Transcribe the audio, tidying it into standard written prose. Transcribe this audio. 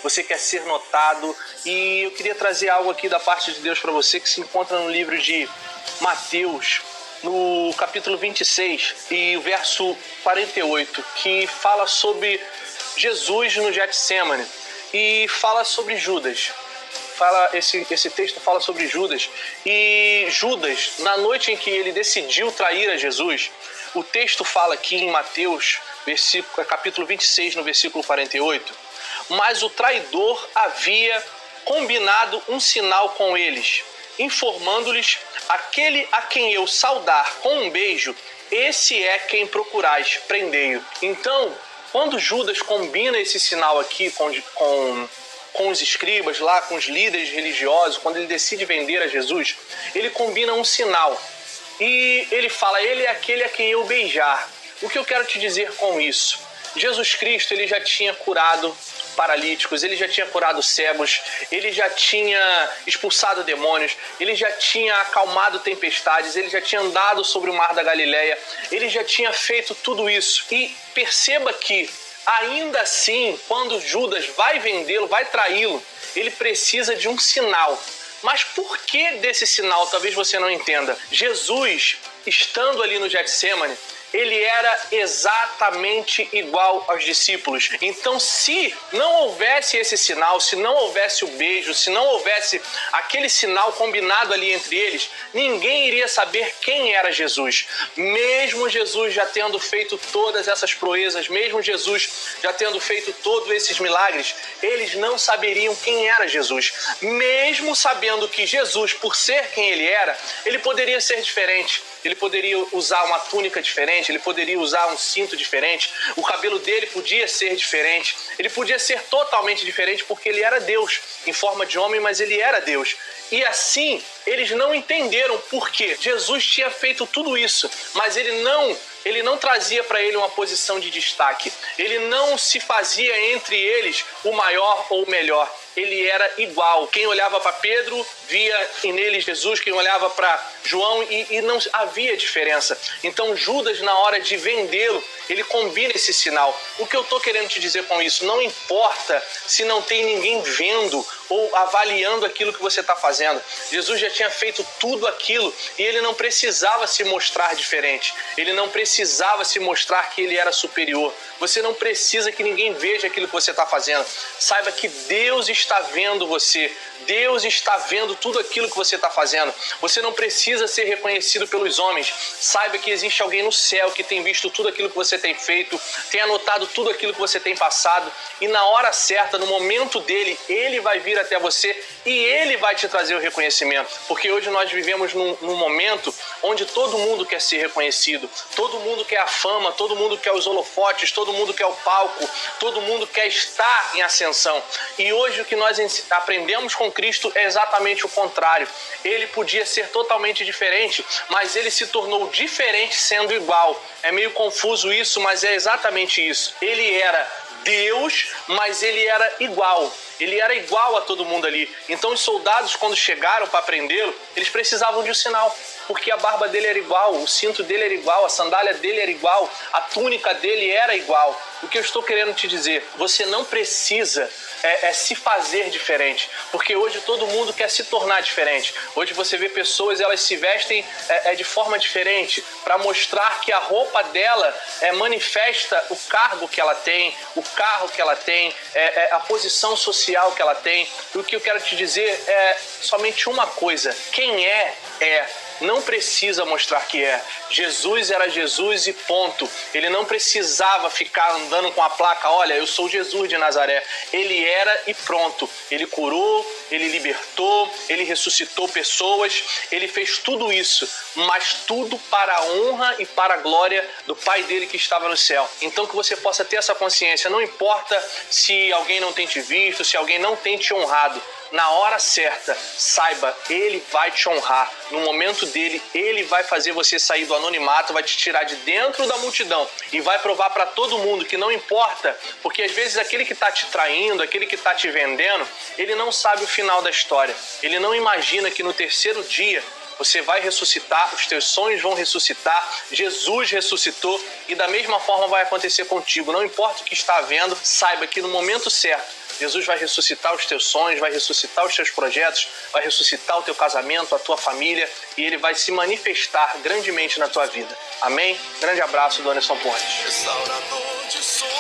você quer ser notado. E eu queria trazer algo aqui da parte de Deus para você que se encontra no livro de Mateus, no capítulo 26 e o verso 48, que fala sobre Jesus no Getsemane e fala sobre Judas. Esse texto fala sobre Judas. E Judas, na noite em que ele decidiu trair a Jesus, o texto fala aqui em Mateus, capítulo 26, no versículo 48, mas o traidor havia combinado um sinal com eles, informando-lhes: aquele a quem eu saudar com um beijo, esse é quem procurais, prendei-o. Então, quando Judas combina esse sinal aqui com os escribas lá, com os líderes religiosos, quando ele decide vender a Jesus, ele combina um sinal. E ele fala: ele é aquele a quem eu beijar. O que eu quero te dizer com isso? Jesus Cristo, ele já tinha curado paralíticos, ele já tinha curado cegos, ele já tinha expulsado demônios, ele já tinha acalmado tempestades, ele já tinha andado sobre o mar da Galileia, ele já tinha feito tudo isso. E perceba que, ainda assim, quando Judas vai vendê-lo, vai traí-lo, ele precisa de um sinal. Mas por que desse sinal? Talvez você não entenda. Jesus, estando ali no Getsemane, ele era exatamente igual aos discípulos. Então, se não houvesse esse sinal, se não houvesse o beijo, se não houvesse aquele sinal combinado ali entre eles, ninguém iria saber quem era Jesus. Mesmo Jesus já tendo feito todas essas proezas, mesmo Jesus já tendo feito todos esses milagres, eles não saberiam quem era Jesus. Mesmo sabendo que Jesus, por ser quem ele era, ele poderia ser diferente. Ele poderia usar uma túnica diferente, ele poderia usar um cinto diferente, o cabelo dele podia ser diferente, ele podia ser totalmente diferente porque ele era Deus, em forma de homem, mas ele era Deus. E assim, eles não entenderam por quê. Jesus tinha feito tudo isso, mas ele não trazia para ele uma posição de destaque. Ele não se fazia entre eles o maior ou o melhor. Ele era igual. Quem olhava para Pedro via nele Jesus, quem olhava para João e não havia diferença. Então Judas, na hora de vendê-lo, ele combina esse sinal. O que eu estou querendo te dizer com isso? Não importa se não tem ninguém vendo ou avaliando aquilo que você está fazendo. Jesus já tinha feito tudo aquilo e ele não precisava se mostrar diferente. Ele não precisava se mostrar que ele era superior. Você não precisa que ninguém veja aquilo que você está fazendo. Saiba que Deus está vendo você. Deus está vendo tudo aquilo que você está fazendo. Você não precisa ser reconhecido pelos homens. Saiba que existe alguém no céu que tem visto tudo aquilo que você tem feito, tem anotado tudo aquilo que você tem passado, e na hora certa, no momento dele, ele vai vir até você e ele vai te trazer o reconhecimento. Porque hoje nós vivemos num momento onde todo mundo quer ser reconhecido, todo mundo quer a fama, todo mundo quer os holofotes, todo mundo quer o palco, todo mundo quer estar em ascensão. E hoje o que nós aprendemos com Cristo é exatamente o contrário. Ele podia ser totalmente diferente, mas ele se tornou diferente sendo igual. É meio confuso isso, mas é exatamente isso. Ele era Deus, mas ele era igual. Ele era igual a todo mundo ali. Então os soldados, quando chegaram para prendê-lo, eles precisavam de um sinal, porque a barba dele era igual, o cinto dele era igual, a sandália dele era igual, a túnica dele era igual. O que eu estou querendo te dizer, você não precisa se fazer diferente, porque hoje todo mundo quer se tornar diferente. Hoje você vê pessoas, elas se vestem de forma diferente, para mostrar que a roupa dela manifesta o cargo que ela tem, o carro que ela tem, a posição social que ela tem. E o que eu quero te dizer é somente uma coisa: quem é. Não precisa mostrar que é. Jesus era Jesus e ponto. Ele não precisava ficar andando com a placa: olha, eu sou Jesus de Nazaré. Ele era e pronto. Ele curou, ele libertou, ele ressuscitou pessoas, ele fez tudo isso, mas tudo para a honra e para a glória do Pai dele que estava no céu. Então que você possa ter essa consciência. Não importa se alguém não tem te visto, se alguém não tem te honrado. Na hora certa, saiba, ele vai te honrar. No momento dele, ele vai fazer você sair do anonimato, vai te tirar de dentro da multidão e vai provar para todo mundo que não importa, porque às vezes aquele que está te traindo, aquele que está te vendendo, ele não sabe o final da história. Ele não imagina que no terceiro dia você vai ressuscitar, os teus sonhos vão ressuscitar, Jesus ressuscitou e da mesma forma vai acontecer contigo. Não importa o que está havendo, saiba que no momento certo Jesus vai ressuscitar os teus sonhos, vai ressuscitar os teus projetos, vai ressuscitar o teu casamento, a tua família, e Ele vai se manifestar grandemente na tua vida. Amém? Grande abraço do Anderson Pontes.